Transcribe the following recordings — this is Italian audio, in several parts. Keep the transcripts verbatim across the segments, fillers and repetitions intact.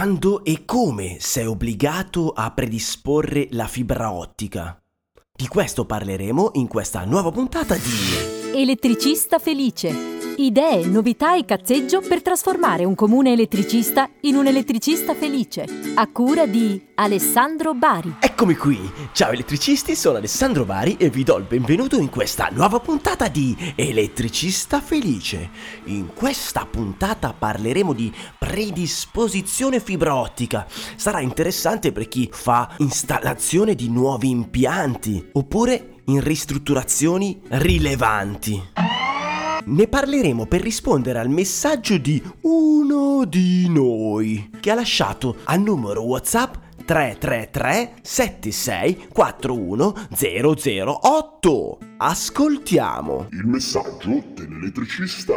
Quando e come sei obbligato a predisporre la fibra ottica? Di questo parleremo in questa nuova puntata di Elettricista felice. Idee, novità e cazzeggio per trasformare un comune elettricista in un elettricista felice. A cura di Alessandro Bari. Eccomi qui, ciao elettricisti, sono Alessandro Bari e vi do il benvenuto in questa nuova puntata di Elettricista Felice. In questa puntata parleremo di predisposizione fibra ottica. Sarà interessante per chi fa installazione di nuovi impianti oppure in ristrutturazioni rilevanti. Ne parleremo per rispondere al messaggio di uno di noi che ha lasciato al numero WhatsApp tre tre tre sette sei quattro uno zero zero otto. Ascoltiamo il messaggio dell'elettricista.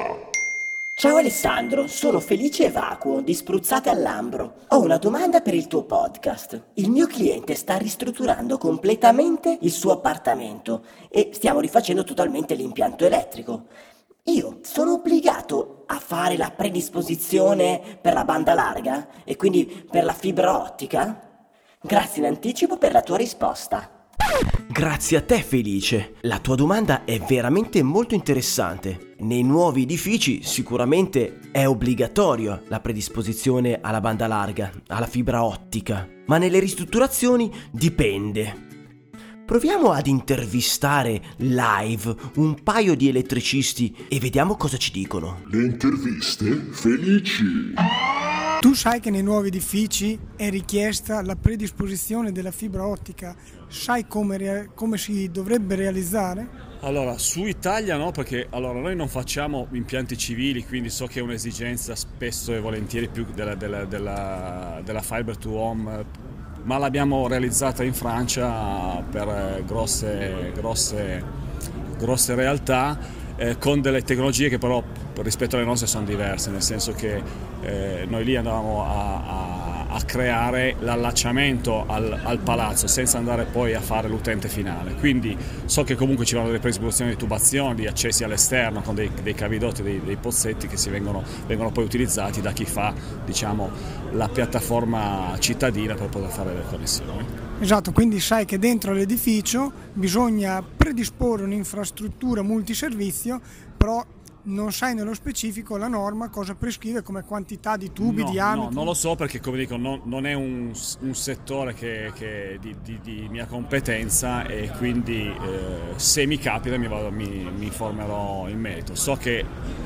Ciao Alessandro, sono Felice e Vacuo di Spruzzate al Lambro. Ho una domanda per il tuo podcast. Il mio cliente sta ristrutturando completamente il suo appartamento e stiamo rifacendo totalmente l'impianto elettrico. Io sono obbligato a fare la predisposizione per la banda larga e quindi per la fibra ottica? Grazie in anticipo per la tua risposta. Grazie a te Felice, la tua domanda è veramente molto interessante. Nei nuovi edifici sicuramente è obbligatoria la predisposizione alla banda larga, alla fibra ottica, ma nelle ristrutturazioni dipende. Proviamo ad intervistare live un paio di elettricisti e vediamo cosa ci dicono. Le interviste felici. Tu sai che nei nuovi edifici è richiesta la predisposizione della fibra ottica? Sai come, rea- come si dovrebbe realizzare? Allora, su Italia no, perché allora, noi non facciamo impianti civili, quindi so che è un'esigenza spesso e volentieri più della, della, della, della fiber to home, ma l'abbiamo realizzata in Francia per grosse, grosse, grosse realtà eh, con delle tecnologie che però rispetto alle nostre sono diverse, nel senso che eh, noi lì andavamo a, a, a creare l'allacciamento al, al palazzo senza andare poi a fare l'utente finale, quindi so che comunque ci vanno delle predisposizioni di tubazioni, di accessi all'esterno con dei, dei cavidotti, dei, dei pozzetti che si vengono, vengono poi utilizzati da chi fa, diciamo, la piattaforma cittadina per poter fare le connessioni. Esatto, quindi sai che dentro l'edificio bisogna predisporre un'infrastruttura multiservizio, però non sai nello specifico la norma cosa prescrive come quantità di tubi, no, diametro? No, non lo so perché come dico non, non è un, un settore che, che di, di, di mia competenza e quindi eh, se mi capita mi, vado, mi, mi informerò in merito. So che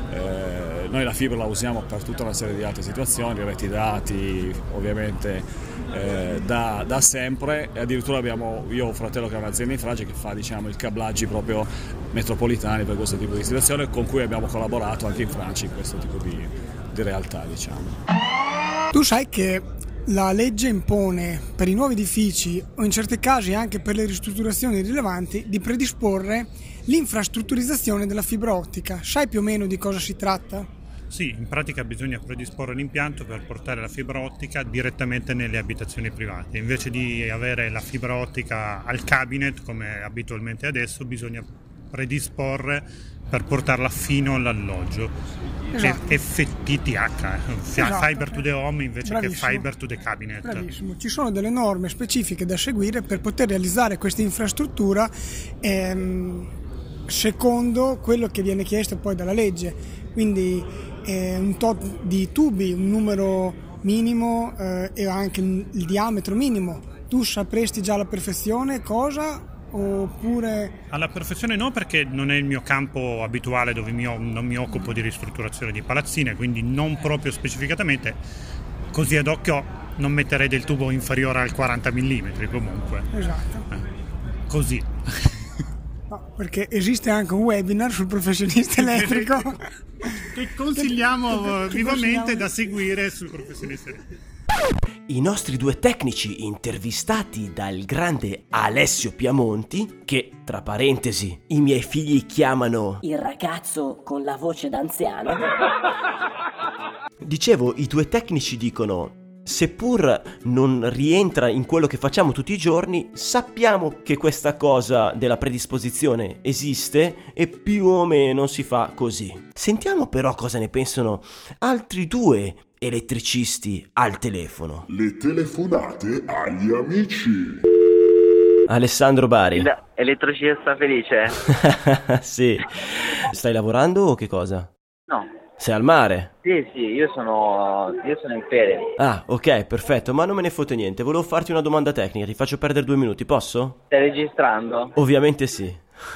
eh, noi la fibra la usiamo per tutta una serie di altre situazioni, reti dati ovviamente eh, da, da sempre e addirittura abbiamo, io ho un fratello che ha un'azienda in Francia che fa diciamo i cablaggi proprio metropolitani per questo tipo di situazione con cui abbiamo collaborato anche in Francia in questo tipo di, di realtà, diciamo. Tu sai che la legge impone per i nuovi edifici o in certi casi anche per le ristrutturazioni rilevanti di predisporre l'infrastrutturizzazione della fibra ottica. Sai più o meno di cosa si tratta? Sì, in pratica bisogna predisporre l'impianto per portare la fibra ottica direttamente nelle abitazioni private. Invece di avere la fibra ottica al cabinet come abitualmente adesso, bisogna predisporre per portarla fino all'alloggio. Esatto. F T T H, Esatto. Fiber to the home invece Bravissimo. che Fiber to the cabinet. Bravissimo, ci sono delle norme specifiche da seguire per poter realizzare questa infrastruttura ehm, secondo quello che viene chiesto poi dalla legge, quindi eh, un tot di tubi, un numero minimo eh, e anche il diametro minimo. Tu sapresti già alla perfezione cosa? Oppure alla perfezione no, perché non è il mio campo abituale dove mi, non mi occupo di ristrutturazione di palazzine, quindi non proprio specificatamente, così ad occhio non metterei del tubo inferiore al quaranta millimetri comunque. Esatto. Eh, così. No, perché esiste anche un webinar sul professionista elettrico che consigliamo che, che vivamente consigliamo... da seguire sul professionista elettrico. I nostri due tecnici intervistati dal grande Alessio Piamonti, che tra parentesi i miei figli chiamano Il ragazzo con la voce d'anziano. Dicevo, i due tecnici dicono: seppur non rientra in quello che facciamo tutti i giorni, sappiamo che questa cosa della predisposizione esiste e più o meno si fa così. Sentiamo però cosa ne pensano altri due elettricisti al telefono. Le telefonate agli amici. Alessandro Bari. Il elettricista felice? Sì. Stai lavorando o che cosa? No. Sei al mare? Sì, sì, io sono, io sono in ferie. Ah, ok, perfetto, ma non me ne fotte niente. Volevo farti una domanda tecnica, ti faccio perdere due minuti, posso? Stai registrando? Ovviamente sì.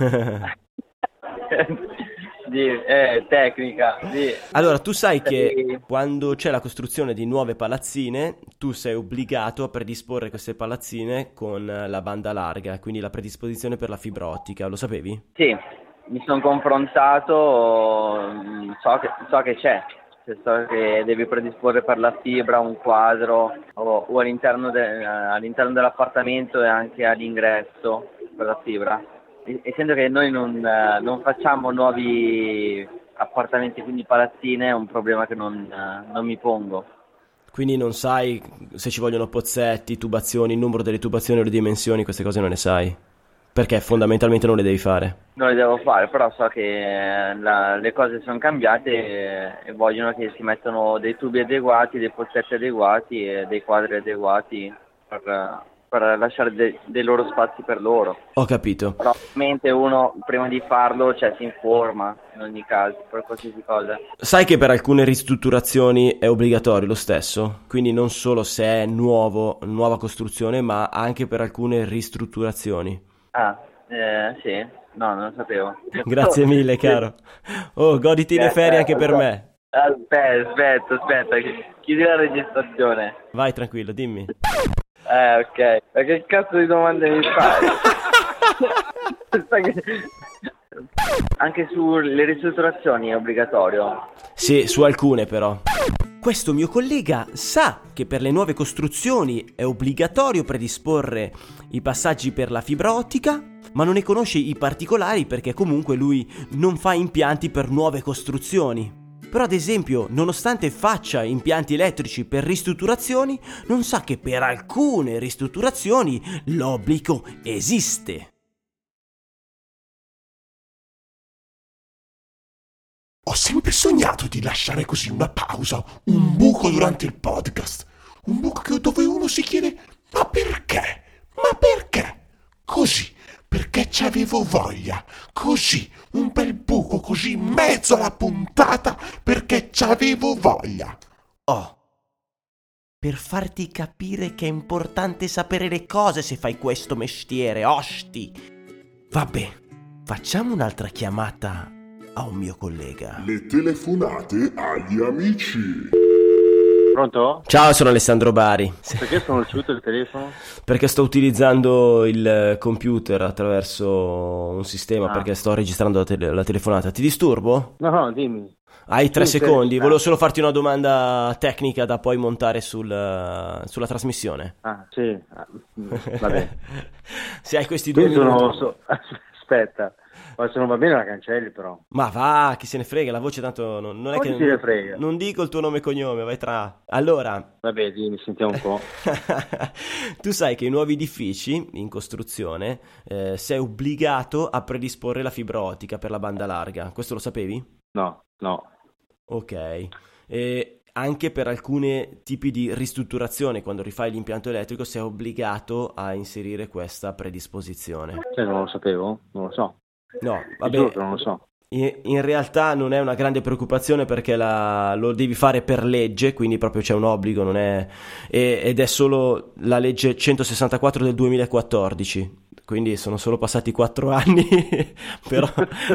Di, eh, tecnica, di. Allora, tu sai che quando c'è la costruzione di nuove palazzine, tu sei obbligato a predisporre queste palazzine con la banda larga, quindi la predisposizione per la fibra ottica, lo sapevi? Sì, mi sono confrontato, so che, so che c'è, so che devi predisporre per la fibra un quadro o, o all'interno, de, all'interno dell'appartamento e anche all'ingresso per la fibra. Essendo che noi non, non facciamo nuovi appartamenti, quindi palazzine, è un problema che non, non mi pongo. Quindi non sai se ci vogliono pozzetti, tubazioni, il numero delle tubazioni o le dimensioni, queste cose non le sai? Perché fondamentalmente non le devi fare. Non le devo fare, però so che la, le cose sono cambiate e, e vogliono che si mettano dei tubi adeguati, dei pozzetti adeguati e dei quadri adeguati per... per lasciare de- dei loro spazi per loro. Ho capito. Però ovviamente uno prima di farlo, cioè, si informa in ogni caso per qualsiasi cosa. Sai che per alcune ristrutturazioni è obbligatorio lo stesso? Quindi non solo se è nuovo, nuova costruzione, ma anche per alcune ristrutturazioni. Ah, eh, sì, no, non lo sapevo. Grazie mille, caro. Oh, goditi le ferie anche per me. Aspetta, aspetta, aspetta, chiudi la registrazione. Vai tranquillo, dimmi. Eh, ok. Ma che cazzo di domande mi fai? Anche sulle ristrutturazioni è obbligatorio? Sì, su alcune però. Questo mio collega sa che per le nuove costruzioni è obbligatorio predisporre i passaggi per la fibra ottica, ma non ne conosce i particolari perché comunque lui non fa impianti per nuove costruzioni. Però ad esempio, nonostante faccia impianti elettrici per ristrutturazioni, non sa che per alcune ristrutturazioni l'obbligo esiste. Ho sempre sognato di lasciare così una pausa, un buco durante il podcast. Un buco dove uno si chiede, ma perché? Ma perché? Così, perché c'avevo voglia. Così, un bel buco così in mezzo alla puntata, perché c'avevo voglia. Oh, per farti capire che è importante sapere le cose se fai questo mestiere, osti. Vabbè, facciamo un'altra chiamata a un mio collega. Le telefonate agli amici. Pronto? Ciao, sono Alessandro Bari. Perché sono ricevuto il telefono? Perché sto utilizzando il computer attraverso un sistema, ah. perché sto registrando la, tele- la telefonata. Ti disturbo? No, no, dimmi. Hai tre sì, secondi, sì, volevo solo farti una domanda tecnica da poi montare sul, sulla trasmissione. Ah, sì, ah, va bene. Se hai questi due Quindi minuti... So... Aspetta. Ma se non va bene la cancelli però. Ma va, chi se ne frega, la voce tanto non, non è Poi che... si ne frega. Non dico il tuo nome e cognome, vai tra... Allora... Vabbè, dimmi, sentiamo un po'. Tu sai che i nuovi edifici in costruzione eh, sei obbligato a predisporre la fibra ottica per la banda larga. Questo lo sapevi? No, no. Ok. E anche per alcuni tipi di ristrutturazione, quando rifai l'impianto elettrico, sei obbligato a inserire questa predisposizione. Cioè, non lo sapevo? Non lo so. No, vabbè, non lo so. In, in realtà non è una grande preoccupazione perché la, lo devi fare per legge, quindi proprio c'è un obbligo, non è, e, ed è solo la legge centosessantaquattro del duemilaquattordici, quindi sono solo passati quattro anni, però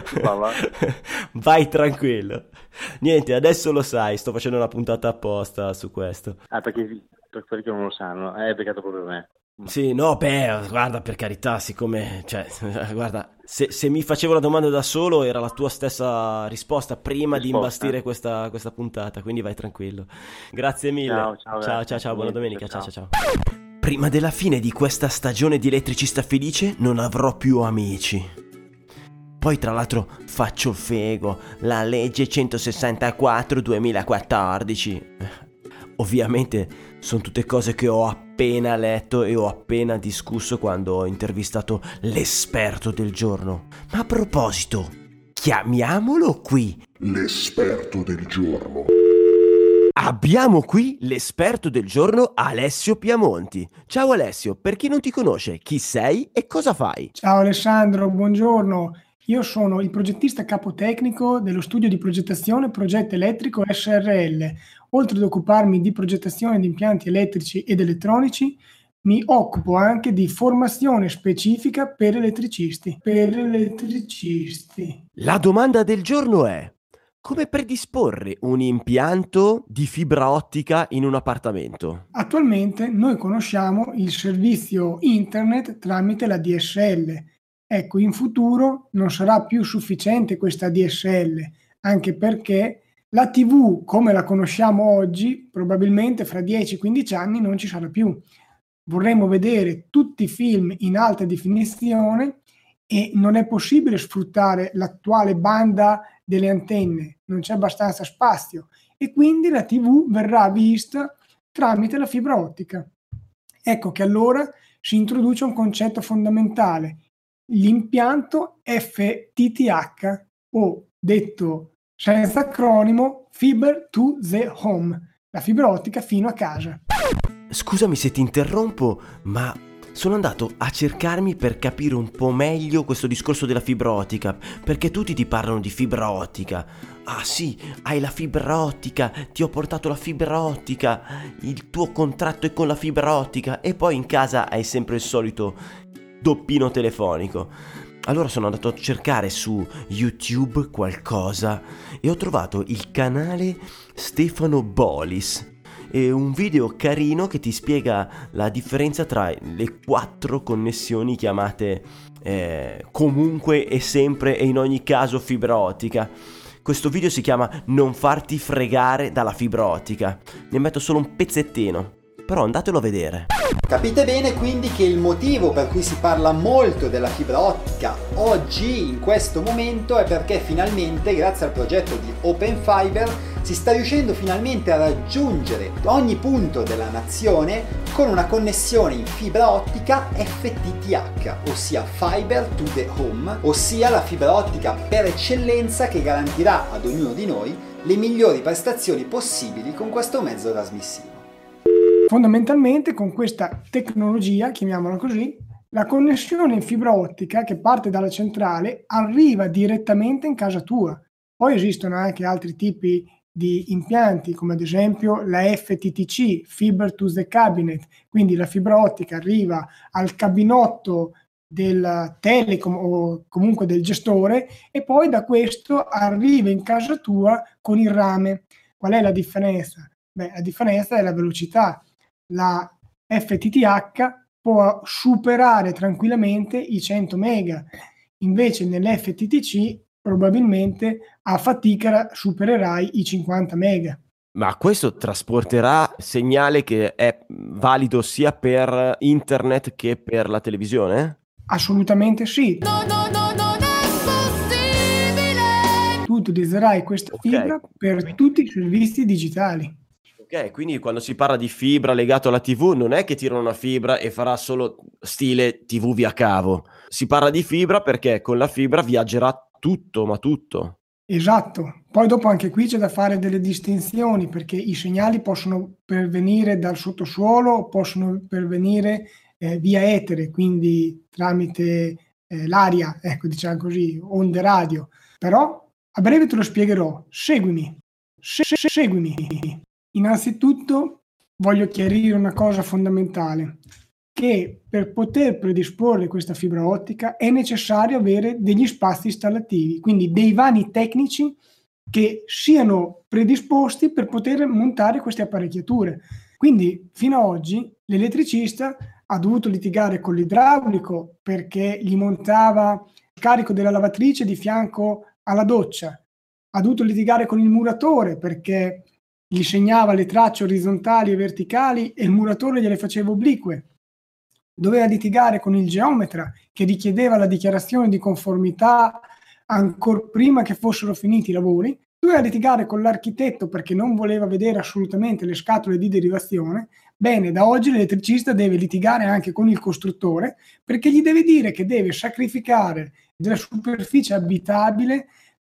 vai tranquillo. Niente, adesso lo sai, sto facendo una puntata apposta su questo. Ah, perché per quelli che non lo sanno, è beccato proprio me. Sì, no, beh, guarda, per carità, siccome, cioè, guarda, se, se mi facevo la domanda da solo era la tua stessa risposta prima risposta. di imbastire questa, questa puntata, quindi vai tranquillo. Grazie mille. Ciao, ciao, ciao, ciao, ciao, buona domenica, ciao, ciao, ciao, ciao. Prima della fine di questa stagione di Elettricista Felice non avrò più amici. Poi tra l'altro faccio fego, la legge centosessantaquattro duemilaquattordici. Ovviamente sono tutte cose che ho appena letto e ho appena discusso quando ho intervistato l'esperto del giorno. Ma a proposito, chiamiamolo qui. L'esperto del giorno. Abbiamo qui l'esperto del giorno Alessio Piamonti. Ciao Alessio, per chi non ti conosce, chi sei e cosa fai? Ciao Alessandro, buongiorno. Io sono il progettista capotecnico dello studio di progettazione Progetto Elettrico S R L. Oltre ad occuparmi di progettazione di impianti elettrici ed elettronici, mi occupo anche di formazione specifica per elettricisti. Per elettricisti. La domanda del giorno è: come predisporre un impianto di fibra ottica in un appartamento? Attualmente noi conosciamo il servizio internet tramite la D S L. Ecco, in futuro non sarà più sufficiente questa D S L, anche perché la tivù come la conosciamo oggi probabilmente fra dieci quindici anni non ci sarà più. Vorremmo vedere tutti i film in alta definizione e non è possibile sfruttare l'attuale banda delle antenne, non c'è abbastanza spazio e quindi la tivù verrà vista tramite la fibra ottica. Ecco che allora si introduce un concetto fondamentale, l'impianto F T T H, o detto senza acronimo Fiber to the Home, la fibra ottica fino a casa. Scusami se ti interrompo, ma sono andato a cercarmi per capire un po' meglio questo discorso della fibra ottica, perché tutti ti parlano di fibra ottica. Ah sì, hai la fibra ottica, ti ho portato la fibra ottica, il tuo contratto è con la fibra ottica, e poi in casa hai sempre il solito doppino telefonico. Allora sono andato a cercare su YouTube qualcosa e ho trovato il canale Stefano Bolis. È un video carino che ti spiega la differenza tra le quattro connessioni chiamate eh, comunque e sempre e in ogni caso fibra ottica. Questo video si chiama Non farti fregare dalla fibra ottica. Ne metto solo un pezzettino, però andatelo a vedere. Capite bene quindi che il motivo per cui si parla molto della fibra ottica oggi, in questo momento, è perché finalmente, grazie al progetto di Open Fiber, si sta riuscendo finalmente a raggiungere ogni punto della nazione con una connessione in fibra ottica F T T H, ossia Fiber to the Home, ossia la fibra ottica per eccellenza che garantirà ad ognuno di noi le migliori prestazioni possibili con questo mezzo trasmissivo. Fondamentalmente con questa tecnologia, chiamiamola così, la connessione in fibra ottica che parte dalla centrale arriva direttamente in casa tua. Poi esistono anche altri tipi di impianti, come ad esempio la F T T C, Fiber to the Cabinet, quindi la fibra ottica arriva al cabinotto del telecom o comunque del gestore e poi da questo arriva in casa tua con il rame. Qual è la differenza? Beh, la differenza è la velocità. La F T T H può superare tranquillamente i cento mega, invece nell'F T T C probabilmente a fatica supererai i cinquanta mega. Ma questo trasporterà segnale che è valido sia per internet che per la televisione? Assolutamente sì. No, no, no, non è possibile! Tu utilizzerai questa Okay. fibra per tutti i servizi digitali. Ok, quindi quando si parla di fibra legato alla tivù non è che tirano una fibra e farà solo stile tivù via cavo. Si parla di fibra perché con la fibra viaggerà tutto, ma tutto. Esatto. Poi dopo anche qui c'è da fare delle distinzioni perché i segnali possono pervenire dal sottosuolo, possono pervenire eh, via etere, quindi tramite eh, l'aria, ecco, diciamo così, onde radio. Però a breve te lo spiegherò. Seguimi. Se- se- seguimi. Innanzitutto voglio chiarire una cosa fondamentale, che per poter predisporre questa fibra ottica è necessario avere degli spazi installativi, quindi dei vani tecnici che siano predisposti per poter montare queste apparecchiature. Quindi fino ad oggi l'elettricista ha dovuto litigare con l'idraulico perché gli montava il carico della lavatrice di fianco alla doccia, ha dovuto litigare con il muratore perché gli segnava le tracce orizzontali e verticali e il muratore gliele faceva oblique. Doveva litigare con il geometra che richiedeva la dichiarazione di conformità ancora prima che fossero finiti i lavori. Doveva litigare con l'architetto perché non voleva vedere assolutamente le scatole di derivazione. Bene, da oggi l'elettricista deve litigare anche con il costruttore perché gli deve dire che deve sacrificare della superficie abitabile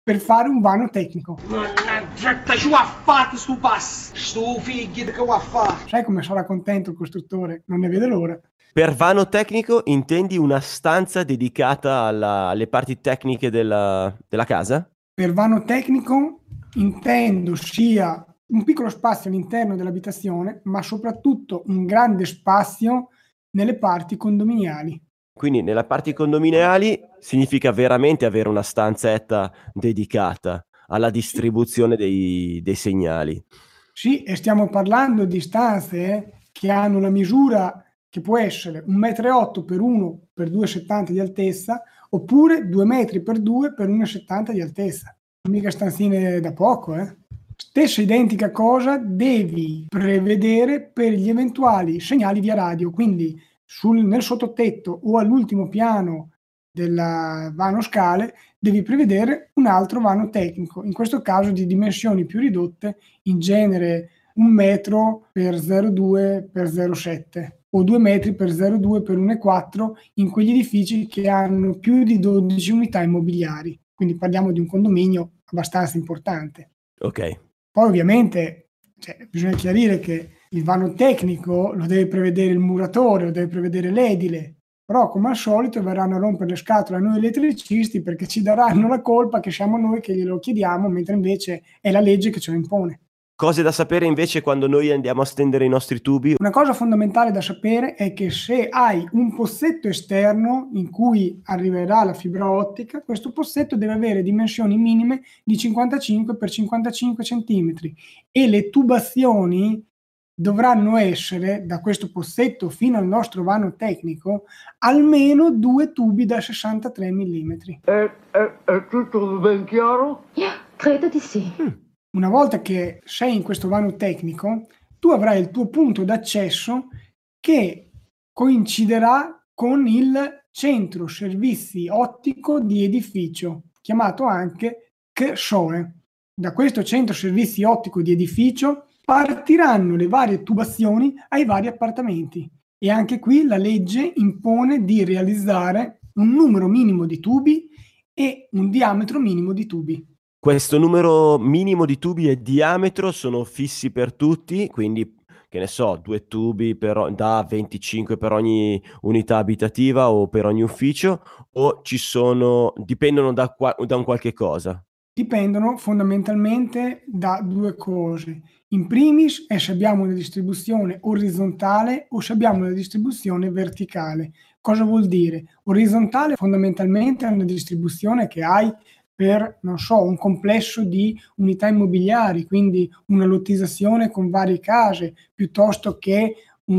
per fare un vano tecnico. Mannaggia, ci ha fatto sto pass, sto figlio che ha fatto. Sai come sarà contento il costruttore? Non ne vede l'ora. Per vano tecnico intendi una stanza dedicata alla- alle parti tecniche della, della casa? Per vano tecnico intendo sia un piccolo spazio all'interno dell'abitazione, ma soprattutto un grande spazio nelle parti condominiali. Quindi nella parti condominiali significa veramente avere una stanzetta dedicata alla distribuzione dei, dei segnali. Sì, e stiamo parlando di stanze che hanno una misura che può essere un metro e otto per uno per due e settanta di altezza, oppure due metri per due per uno e settanta di altezza. Mica stanzine da poco, eh? Stessa identica cosa devi prevedere per gli eventuali segnali via radio, quindi sul, nel sottotetto o all'ultimo piano del vano scale devi prevedere un altro vano tecnico, in questo caso di dimensioni più ridotte, in genere un metro per zero virgola due per zero virgola sette o due metri per zero virgola due per uno virgola quattro in quegli edifici che hanno più di dodici unità immobiliari, quindi parliamo di un condominio abbastanza importante. Ok. Poi ovviamente cioè, bisogna chiarire che il vano tecnico lo deve prevedere il muratore, lo deve prevedere l'edile, però come al solito verranno a rompere le scatole a noi elettricisti perché ci daranno la colpa che siamo noi che glielo chiediamo, mentre invece è la legge che ce lo impone. Cose da sapere invece quando noi andiamo a stendere i nostri tubi. Una cosa fondamentale da sapere è che se hai un pozzetto esterno in cui arriverà la fibra ottica, questo pozzetto deve avere dimensioni minime di cinquantacinque per cinquantacinque centimetri e le tubazioni dovranno essere, da questo pozzetto fino al nostro vano tecnico, almeno due tubi da sessantatré millimetri. È, è, è tutto ben chiaro? Credo di sì. Mm. Una volta che sei in questo vano tecnico, tu avrai il tuo punto d'accesso che coinciderà con il centro servizi ottico di edificio, chiamato anche C S O E. Da questo centro servizi ottico di edificio partiranno le varie tubazioni ai vari appartamenti e anche qui la legge impone di realizzare un numero minimo di tubi e un diametro minimo di tubi. Questo numero minimo di tubi e diametro sono fissi per tutti, quindi che ne so, due tubi per, o- da venticinque per ogni unità abitativa o per ogni ufficio, o ci sono, dipendono da, qua- da un qualche cosa? Dipendono fondamentalmente da due cose. In primis è se abbiamo una distribuzione orizzontale o se abbiamo una distribuzione verticale. Cosa vuol dire? Orizzontale fondamentalmente è una distribuzione che hai per, non so, un complesso di unità immobiliari, quindi una lottizzazione con varie case, piuttosto che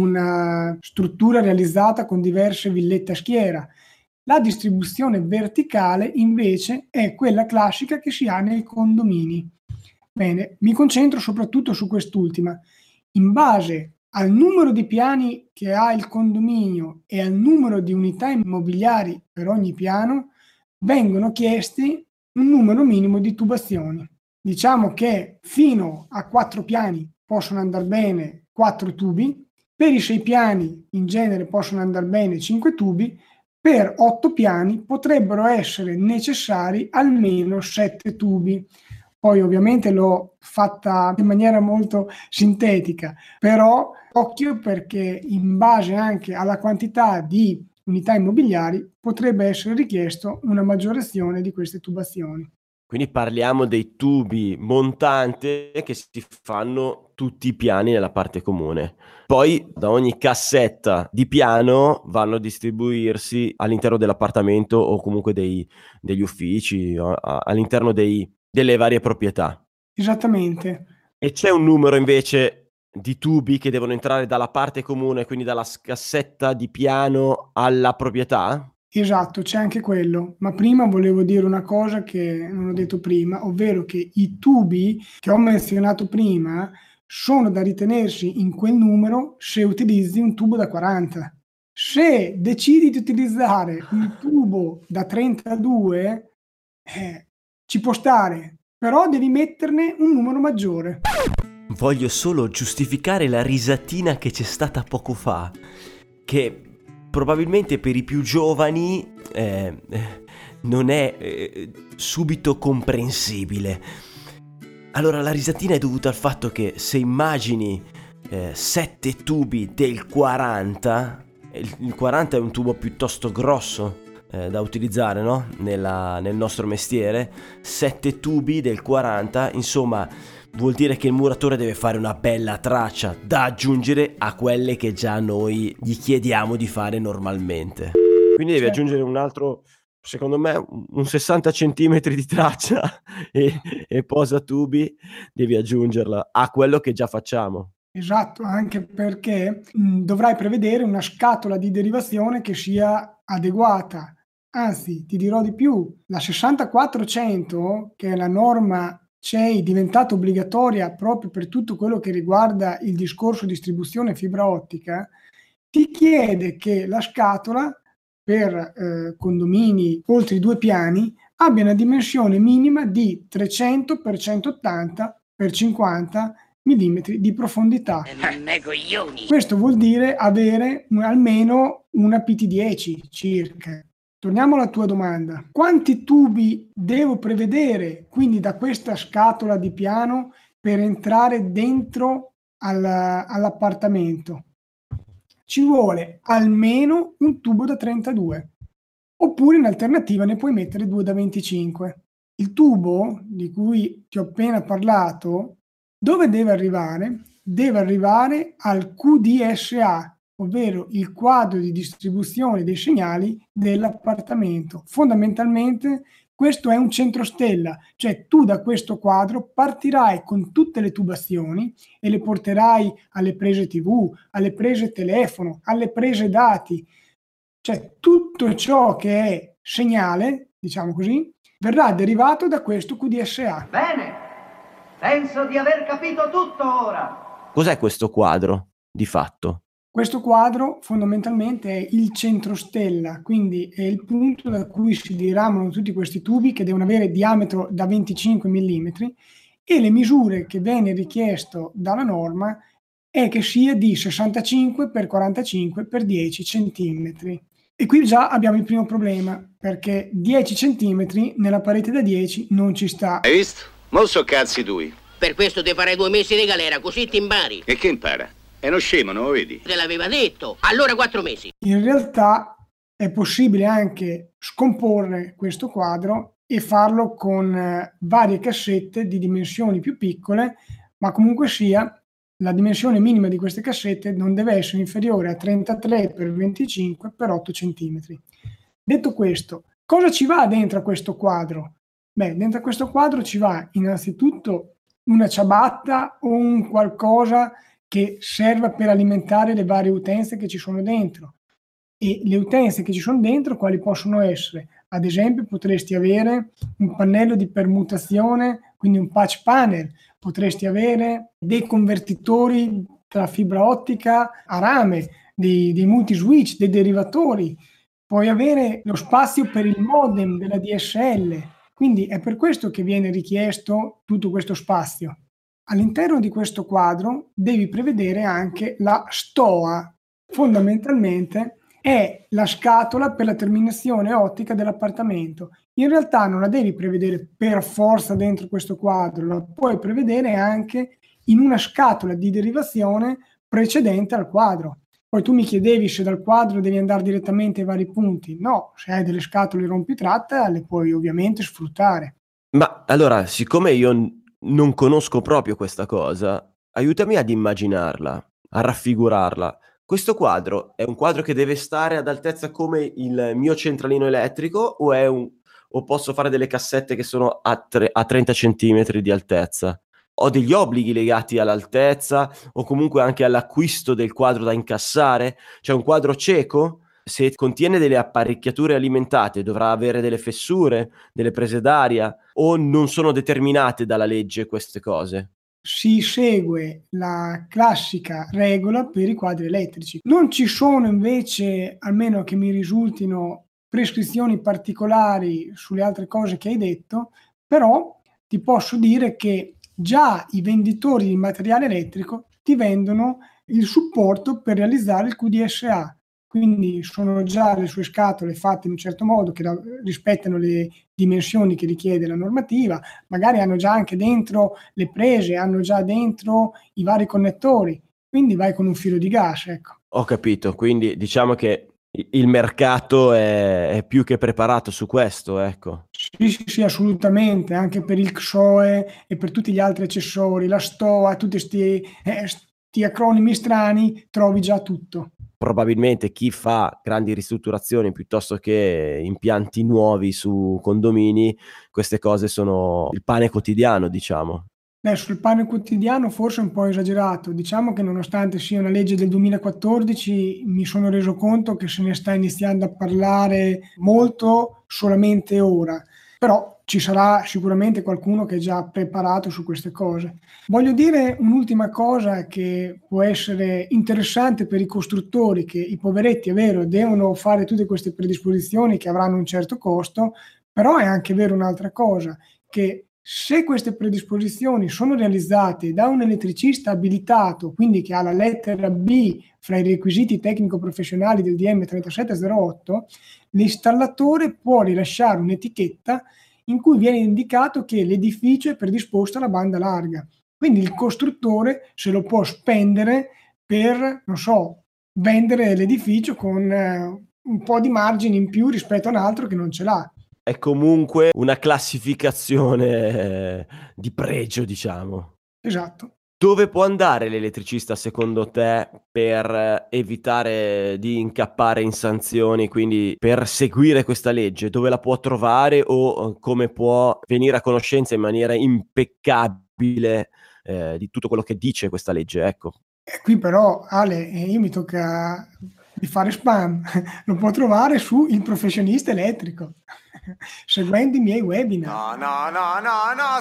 una struttura realizzata con diverse villette a schiera. La distribuzione verticale invece è quella classica che si ha nei condomini. Bene, mi concentro soprattutto su quest'ultima. In base al numero di piani che ha il condominio e al numero di unità immobiliari per ogni piano, vengono chiesti un numero minimo di tubazioni. Diciamo che fino a quattro piani possono andare bene quattro tubi, per i sei piani in genere possono andare bene cinque tubi, per otto piani potrebbero essere necessari almeno sette tubi. Poi ovviamente l'ho fatta in maniera molto sintetica, però occhio perché in base anche alla quantità di unità immobiliari potrebbe essere richiesto una maggiorazione di queste tubazioni. Quindi parliamo dei tubi montante che si fanno tutti i piani nella parte comune. Poi da ogni cassetta di piano vanno a distribuirsi all'interno dell'appartamento o comunque dei, degli uffici, o a- all'interno dei, delle varie proprietà. Esattamente. E c'è un numero invece di tubi che devono entrare dalla parte comune, quindi dalla cassetta di piano alla proprietà? Esatto, c'è anche quello, ma prima volevo dire una cosa che non ho detto prima, ovvero che i tubi che ho menzionato prima sono da ritenersi in quel numero se utilizzi un tubo da quaranta. Se decidi di utilizzare un tubo da trentadue, eh, ci può stare, però devi metterne un numero maggiore. Voglio solo giustificare la risatina che c'è stata poco fa, che probabilmente per i più giovani eh, non è eh, subito comprensibile. Allora la risatina è dovuta al fatto che se immagini eh, sette tubi del quaranta, il, il quaranta è un tubo piuttosto grosso eh, da utilizzare, no? Nella, nel nostro mestiere, sette tubi del quaranta, insomma vuol dire che il muratore deve fare una bella traccia da aggiungere a quelle che già noi gli chiediamo di fare normalmente. Quindi devi certo. aggiungere un altro, secondo me, un sessanta centimetri di traccia e, e posatubi devi aggiungerla a quello che già facciamo. Esatto, anche perché mh, dovrai prevedere una scatola di derivazione che sia adeguata. Anzi, ti dirò di più, la sessantaquattrocento, che è la norma C E I diventata obbligatoria proprio per tutto quello che riguarda il discorso distribuzione fibra ottica, ti chiede che la scatola per eh, condomini oltre i due piani abbia una dimensione minima di trecento per centottanta per cinquanta millimetri di profondità. Questo vuol dire avere un, almeno una P T dieci circa. Torniamo alla tua domanda. Quanti tubi devo prevedere quindi da questa scatola di piano per entrare dentro al, all'appartamento? Ci vuole almeno un tubo da trentadue, oppure in alternativa ne puoi mettere due da venticinque. Il tubo di cui ti ho appena parlato, dove deve arrivare? Deve arrivare al Q D S A, ovvero il quadro di distribuzione dei segnali dell'appartamento. Fondamentalmente questo è un centrostella, cioè tu da questo quadro partirai con tutte le tubazioni e le porterai alle prese tivù, alle prese telefono, alle prese dati, cioè tutto ciò che è segnale, diciamo così, verrà derivato da questo Q D S A. Bene, penso di aver capito tutto ora. Cos'è questo quadro, di fatto? Questo quadro fondamentalmente è il centrostella, quindi è il punto da cui si diramano tutti questi tubi che devono avere diametro da venticinque millimetri, e le misure che viene richiesto dalla norma è che sia di sessantacinque per quarantacinque per dieci centimetri. E qui già abbiamo il primo problema, perché dieci centimetri nella parete da dieci non ci sta. Hai visto? Mo so cazzi tui. Per questo ti farei due mesi di galera, così ti impari. E che impara? È uno scemo, non lo vedi? Te l'aveva detto. Allora quattro mesi. In realtà è possibile anche scomporre questo quadro e farlo con eh, varie cassette di dimensioni più piccole, ma comunque sia la dimensione minima di queste cassette non deve essere inferiore a trentatré per venticinque per otto centimetri. Detto questo, cosa ci va dentro a questo quadro? Beh, dentro a questo quadro ci va innanzitutto una ciabatta o un qualcosa che serva per alimentare le varie utenze che ci sono dentro. E le utenze che ci sono dentro quali possono essere? Ad esempio potresti avere un pannello di permutazione, quindi un patch panel, potresti avere dei convertitori tra fibra ottica a rame, dei, dei multiswitch, dei derivatori, puoi avere lo spazio per il modem della D S L, quindi è per questo che viene richiesto tutto questo spazio. All'interno di questo quadro devi prevedere anche la S T O A, fondamentalmente è la scatola per la terminazione ottica dell'appartamento. In realtà non la devi prevedere per forza dentro questo quadro, la puoi prevedere anche in una scatola di derivazione precedente al quadro. Poi tu mi chiedevi se dal quadro devi andare direttamente ai vari punti. No, se hai delle scatole rompitratta le puoi ovviamente sfruttare. Ma allora, siccome io non conosco proprio questa cosa, aiutami ad immaginarla, a raffigurarla. Questo quadro è un quadro che deve stare ad altezza come il mio centralino elettrico o, è un, o posso fare delle cassette che sono a, tre, a trenta centimetri di altezza? Ho degli obblighi legati all'altezza o comunque anche all'acquisto del quadro da incassare? C'è un quadro cieco? Se contiene delle apparecchiature alimentate dovrà avere delle fessure, delle prese d'aria, o non sono determinate dalla legge queste cose? Si segue la classica regola per i quadri elettrici. Non ci sono invece, almeno che mi risultino, prescrizioni particolari sulle altre cose che hai detto, però ti posso dire che già i venditori di materiale elettrico ti vendono il supporto per realizzare il Q D S A. quindi sono già le sue scatole fatte in un certo modo che la, rispettano le dimensioni che richiede la normativa, magari hanno già anche dentro le prese, hanno già dentro i vari connettori, quindi vai con un filo di gas, ecco. Ho capito, quindi diciamo che il mercato è, è più che preparato su questo, ecco. Sì, sì, sì, assolutamente, anche per il X O E e per tutti gli altri accessori, la S T O A, tutti questi eh, acronimi strani, trovi già tutto. Probabilmente chi fa grandi ristrutturazioni piuttosto che impianti nuovi su condomini, queste cose sono il pane quotidiano, diciamo. Beh, sul pane quotidiano forse un po' esagerato, diciamo che nonostante sia una legge del duemilaquattordici mi sono reso conto che se ne sta iniziando a parlare molto solamente ora, però ci sarà sicuramente qualcuno che è già preparato su queste cose. Voglio dire un'ultima cosa che può essere interessante per i costruttori, che i poveretti, è vero, devono fare tutte queste predisposizioni che avranno un certo costo, però è anche vero un'altra cosa, che se queste predisposizioni sono realizzate da un elettricista abilitato, quindi che ha la lettera B fra i requisiti tecnico-professionali del D M trentasette zero otto, l'installatore può rilasciare un'etichetta in cui viene indicato che l'edificio è predisposto alla banda larga. Quindi il costruttore se lo può spendere per, non so, vendere l'edificio con eh, un po' di margine in più rispetto a un altro che non ce l'ha. È comunque una classificazione eh, di pregio, diciamo. Esatto. Dove può andare l'elettricista secondo te per evitare di incappare in sanzioni, quindi per seguire questa legge? Dove la può trovare o come può venire a conoscenza in maniera impeccabile eh, di tutto quello che dice questa legge? Ecco. E qui però, Ale, io mi tocca di fare spam. Lo può trovare su Il Professionista Elettrico, seguendo i miei webinar. No, no, no, no, no,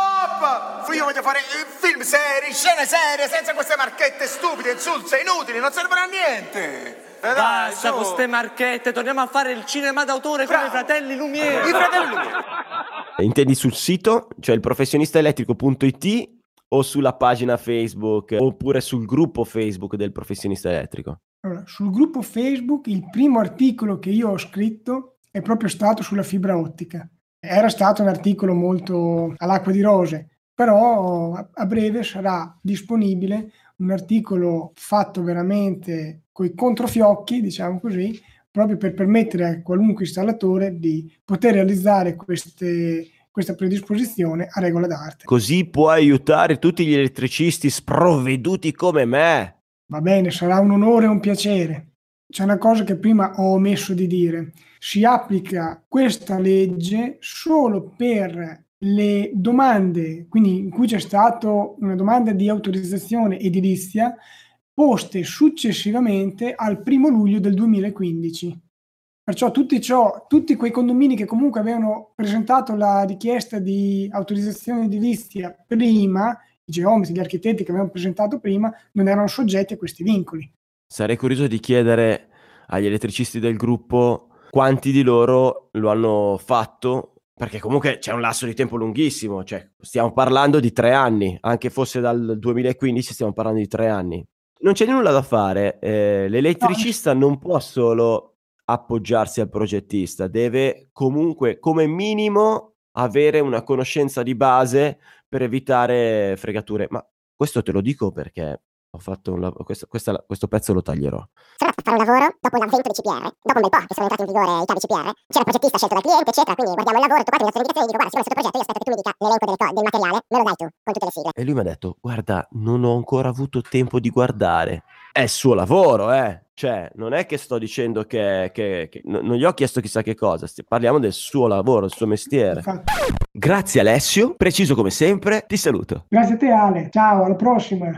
stop! Io voglio fare film seri, scene serie, senza queste marchette stupide, insulse, inutili, non servono a niente. Basta con ste marchette, torniamo a fare il cinema d'autore come i fratelli Lumiere. I fratelli Lumiere. Intendi sul sito, cioè il professionistaelettrico punto it, o sulla pagina Facebook, oppure sul gruppo Facebook del Professionista Elettrico? Allora, sul gruppo Facebook il primo articolo che io ho scritto è proprio stato sulla fibra ottica. Era stato un articolo molto all'acqua di rose, però a breve sarà disponibile un articolo fatto veramente coi controfiocchi, diciamo così, proprio per permettere a qualunque installatore di poter realizzare queste, questa predisposizione a regola d'arte. Così può aiutare tutti gli elettricisti sprovveduti come me. Va bene, sarà un onore e un piacere. C'è una cosa che prima ho omesso di dire. Si applica questa legge solo per le domande, quindi in cui c'è stata una domanda di autorizzazione edilizia, poste successivamente al primo luglio del duemilaquindici. Perciò tutti, ciò, tutti quei condomini che comunque avevano presentato la richiesta di autorizzazione edilizia prima, i geometri, gli architetti che avevano presentato prima, non erano soggetti a questi vincoli. Sarei curioso di chiedere agli elettricisti del gruppo quanti di loro lo hanno fatto, perché comunque c'è un lasso di tempo lunghissimo, cioè stiamo parlando di tre anni, anche fosse dal duemilaquindici stiamo parlando di tre anni. Non c'è nulla da fare, eh, l'elettricista no. non può solo appoggiarsi al progettista, deve comunque come minimo avere una conoscenza di base per evitare fregature, ma questo te lo dico perché ho fatto un lavoro, questo, questa, questo pezzo lo taglierò. Serve fare un lavoro dopo l'avvento dei C P R, dopo un bel po' che sono entrati in vigore i cavi C P R, c'era il progettista scelto dal cliente, eccetera, quindi guardiamo il lavoro, toccato in indicazione e dico guarda, siccome sotto progetto io aspetto che tu mi dica l'elenco delle co- del materiale, me lo dai tu, con tutte le sigle. E lui mi ha detto, guarda, non ho ancora avuto tempo di guardare. È il suo lavoro, eh. Cioè, non è che sto dicendo che, che, che n- non gli ho chiesto chissà che cosa, sti- parliamo del suo lavoro, del suo mestiere. Grazie Alessio, preciso come sempre, ti saluto. Grazie a te Ale, ciao, alla prossima.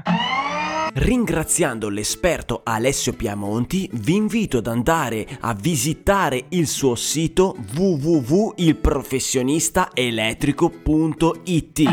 Ringraziando l'esperto Alessio Piamonti, vi invito ad andare a visitare il suo sito w w w punto il professionista elettrico punto it.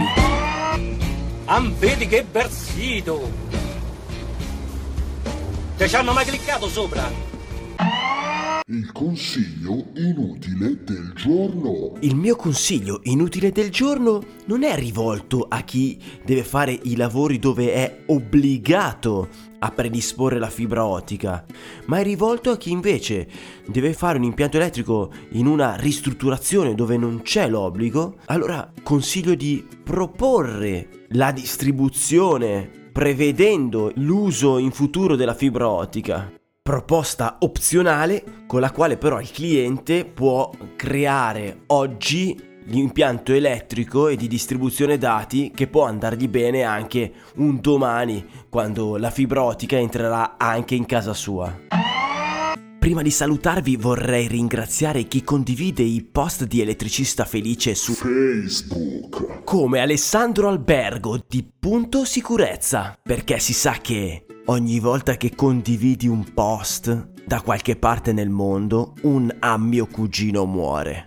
Am vedi che bel sito! Te ci hanno mai cliccato sopra? Il consiglio inutile del giorno. Il mio consiglio inutile del giorno non è rivolto a chi deve fare i lavori dove è obbligato a predisporre la fibra ottica, ma è rivolto a chi invece deve fare un impianto elettrico in una ristrutturazione dove non c'è l'obbligo. Allora consiglio di proporre la distribuzione prevedendo l'uso in futuro della fibra ottica. Proposta opzionale con la quale però il cliente può creare oggi l'impianto elettrico e di distribuzione dati che può andargli bene anche un domani, quando la fibra ottica entrerà anche in casa sua. Prima di salutarvi vorrei ringraziare chi condivide i post di Elettricista Felice su Facebook, come Alessandro Albergo di Punto Sicurezza, perché si sa che ogni volta che condividi un post da qualche parte nel mondo, un a mio cugino muore.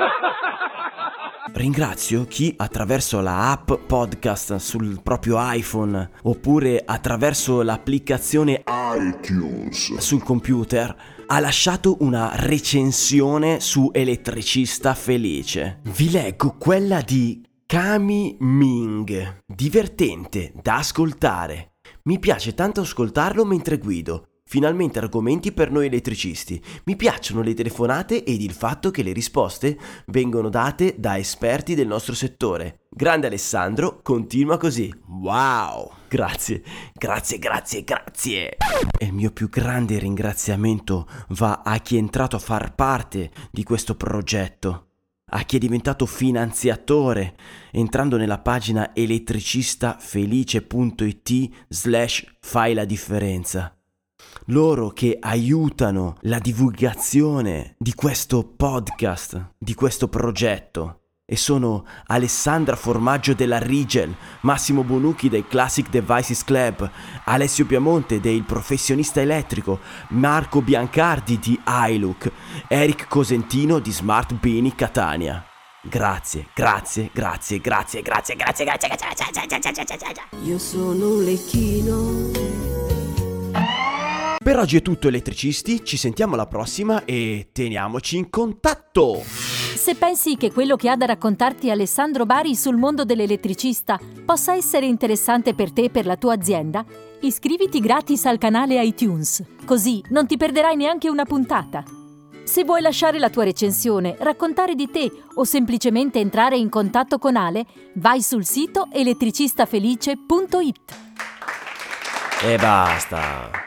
Ringrazio chi attraverso la app podcast sul proprio iPhone oppure attraverso l'applicazione iTunes sul computer ha lasciato una recensione su Elettricista Felice. Vi leggo quella di Kami Ming, divertente da ascoltare. Mi piace tanto ascoltarlo mentre guido. Finalmente argomenti per noi elettricisti. Mi piacciono le telefonate ed il fatto che le risposte vengono date da esperti del nostro settore. Grande Alessandro, continua così. Wow! Grazie, grazie, grazie, grazie. E il mio più grande ringraziamento va a chi è entrato a far parte di questo progetto, a chi è diventato finanziatore entrando nella pagina elettricistafelice.it slash fai la differenza. Loro che aiutano la divulgazione di questo podcast, di questo progetto. E sono Alessandra Formaggio della Rigel, Massimo Bonucchi del Classic Devices Club, Alessio Piamonte del Professionista Elettrico, Marco Biancardi di iLook, Eric Cosentino di Smart Bini Catania. Grazie, grazie, grazie, grazie, grazie, grazie, grazie, grazie, grazie, grazie, grazie, grazie. Io sono un lecchino. Per oggi è tutto elettricisti, ci sentiamo alla prossima e teniamoci in contatto! Se pensi che quello che ha da raccontarti Alessandro Bari sul mondo dell'elettricista possa essere interessante per te e per la tua azienda, iscriviti gratis al canale iTunes, così non ti perderai neanche una puntata. Se vuoi lasciare la tua recensione, raccontare di te o semplicemente entrare in contatto con Ale, vai sul sito elettricistafelice punto it. E basta!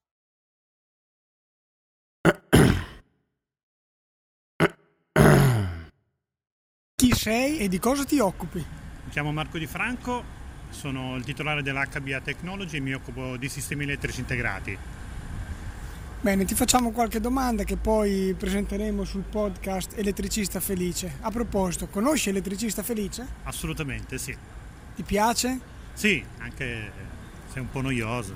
Chi sei e di cosa ti occupi? Mi chiamo Marco Di Franco, sono il titolare dell'H B A Technology e mi occupo di sistemi elettrici integrati. Bene, ti facciamo qualche domanda che poi presenteremo sul podcast Elettricista Felice. A proposito, conosci Elettricista Felice? Assolutamente, sì. Ti piace? Sì, anche se è un po' noioso.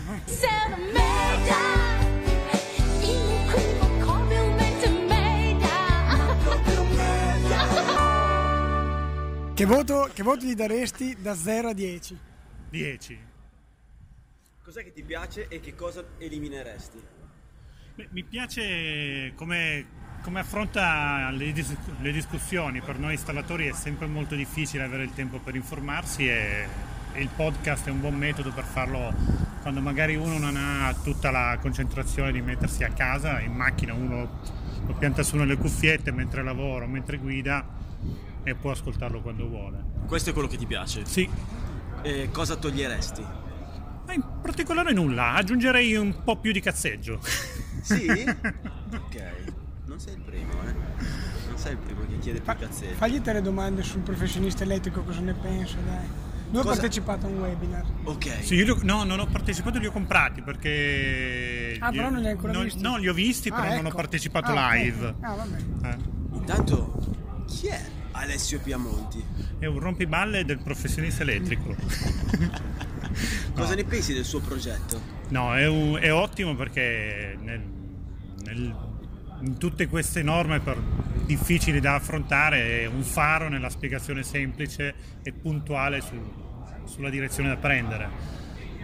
Che voto, che voto gli daresti da zero a dieci? dieci. Cos'è che ti piace e che cosa elimineresti? Beh, mi piace come, come affronta le, dis- le discussioni. Per noi installatori è sempre molto difficile avere il tempo per informarsi e, e il podcast è un buon metodo per farlo quando magari uno non ha tutta la concentrazione di mettersi a casa, in macchina uno lo pianta su nelle cuffiette mentre lavora o mentre guida e può ascoltarlo quando vuole. Questo è quello che ti piace? Sì. E cosa toglieresti? Ma in particolare nulla, aggiungerei un po' più di cazzeggio. Sì? Ok, non sei il primo, eh? Non sei il primo che chiede più cazzeggio. Fagli te le domande sul professionista elettrico, cosa ne pensa, dai. Tu hai Cosa... partecipato a un webinar. Ok. Sì, io li ho... no, non ho partecipato, li ho comprati perché... Ah, però non li hai ancora non... visti? No, li ho visti, ah, però ecco. non ho partecipato ah, live. Okay. Ah, vabbè. Eh. Intanto, chi è Alessio Piamonti? È un rompiballe del professionista elettrico. Cosa no. ne pensi del suo progetto? No, è, un... è ottimo perché nel... Nel... in tutte queste norme per... difficili da affrontare è un faro nella spiegazione semplice e puntuale su... sulla direzione da prendere.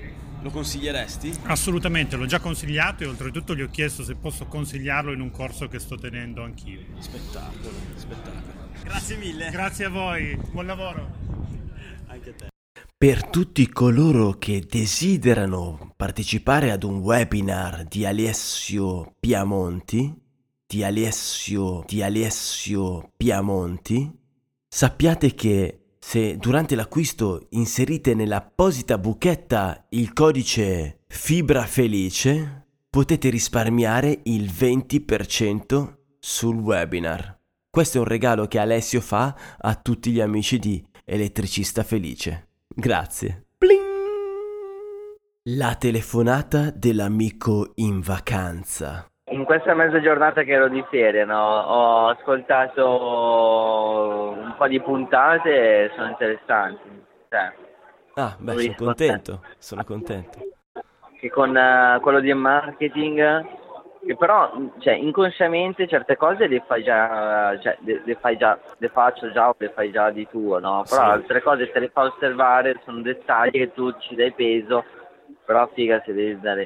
Lo consiglieresti? Assolutamente, l'ho già consigliato e oltretutto gli ho chiesto se posso consigliarlo in un corso che sto tenendo anch'io. Spettacolo, spettacolo. Grazie mille. Grazie a voi, buon lavoro. Anche a te. Per tutti coloro che desiderano partecipare ad un webinar di Alessio Piamonti, di Alessio, di Alessio Piamonti, sappiate che se durante l'acquisto inserite nell'apposita buchetta il codice Fibra Felice, potete risparmiare il venti per cento sul webinar. Questo è un regalo che Alessio fa a tutti gli amici di Elettricista Felice. Grazie. Bling! La telefonata dell'amico in vacanza. In questa mezza giornata che ero di ferie, no, ho ascoltato un po' di puntate e sono interessanti. Cioè, Ah, beh, sono contento, sono contento. che con eh, quello di marketing, che però, cioè, inconsciamente certe cose le fai già, cioè, le, le fai già, le faccio già o le fai già di tuo, no? Però Sì. altre cose te le fa osservare, sono dettagli che tu ci dai peso, però figa se devi dare,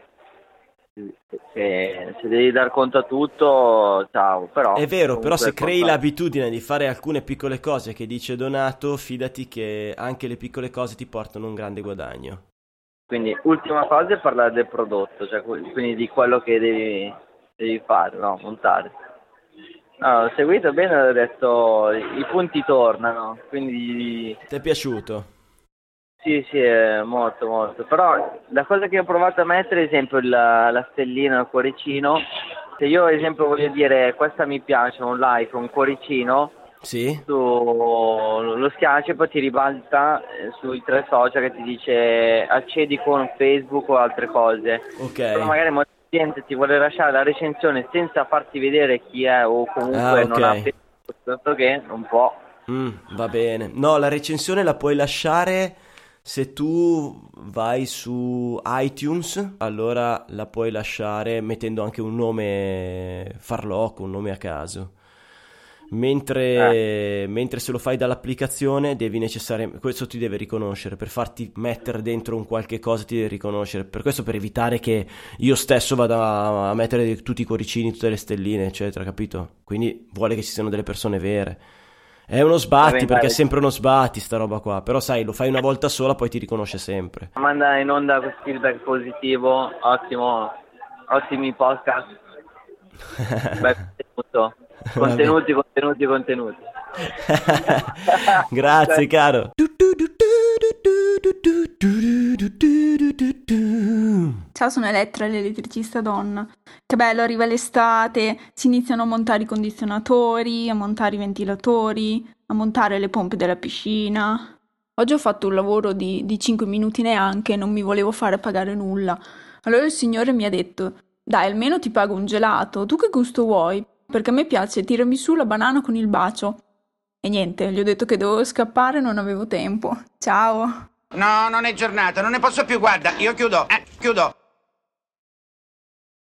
se, se devi dar conto a tutto, ciao, però... È vero, però se comunque crei portare- l'abitudine di fare alcune piccole cose che dice Donato, fidati che anche le piccole cose ti portano un grande guadagno. Quindi, ultima cosa è parlare del prodotto, cioè quindi di quello che devi, devi fare, no? Montare. No, ho seguito bene, ho detto i punti tornano, quindi Ti è piaciuto? sì, sì, è molto, molto. Però la cosa che ho provato a mettere, ad esempio, la, la stellina, il cuoricino, se io, ad esempio, voglio dire questa mi piace, un like, un cuoricino, Sì? tu lo schiacci e poi ti ribalta eh, sui tre social che ti dice accedi con Facebook o altre cose. Ok. Però magari molta gente ti vuole lasciare la recensione senza farti vedere chi è o comunque Ah, ok. non ha Facebook, tanto che non può. Mm, va bene. No, la recensione la puoi lasciare se tu vai su iTunes, allora la puoi lasciare mettendo anche un nome farlocco, un nome a caso. Mentre, mentre se lo fai dall'applicazione devi necessariamente, questo ti deve riconoscere, per farti mettere dentro un qualche cosa ti deve riconoscere, per questo, per evitare che io stesso vada a, a mettere tutti i cuoricini, tutte le stelline eccetera, capito? Quindi vuole che ci siano delle persone vere. È uno sbatti, Vabbè, perché è dai. sempre uno sbatti sta roba qua, però sai, lo fai una volta sola poi ti riconosce sempre. Manda in onda questo feedback positivo, ottimo, ottimi podcast. Beh, contenuto. Contenuti, contenuti, contenuti. Grazie caro. Ciao, sono Elettra, l'elettricista donna. Che bello, arriva l'estate, si iniziano a montare i condizionatori, a montare i ventilatori, a montare le pompe della piscina. Oggi ho fatto un lavoro di, di cinque minuti neanche, non mi volevo fare pagare nulla. Allora il signore mi ha detto, dai, almeno ti pago un gelato, tu che gusto vuoi? Perché a me piace tirami su la banana con il bacio. E niente, gli ho detto che dovevo scappare, non avevo tempo. Ciao! No, non è giornata, non ne posso più, guarda, io chiudo, eh, chiudo.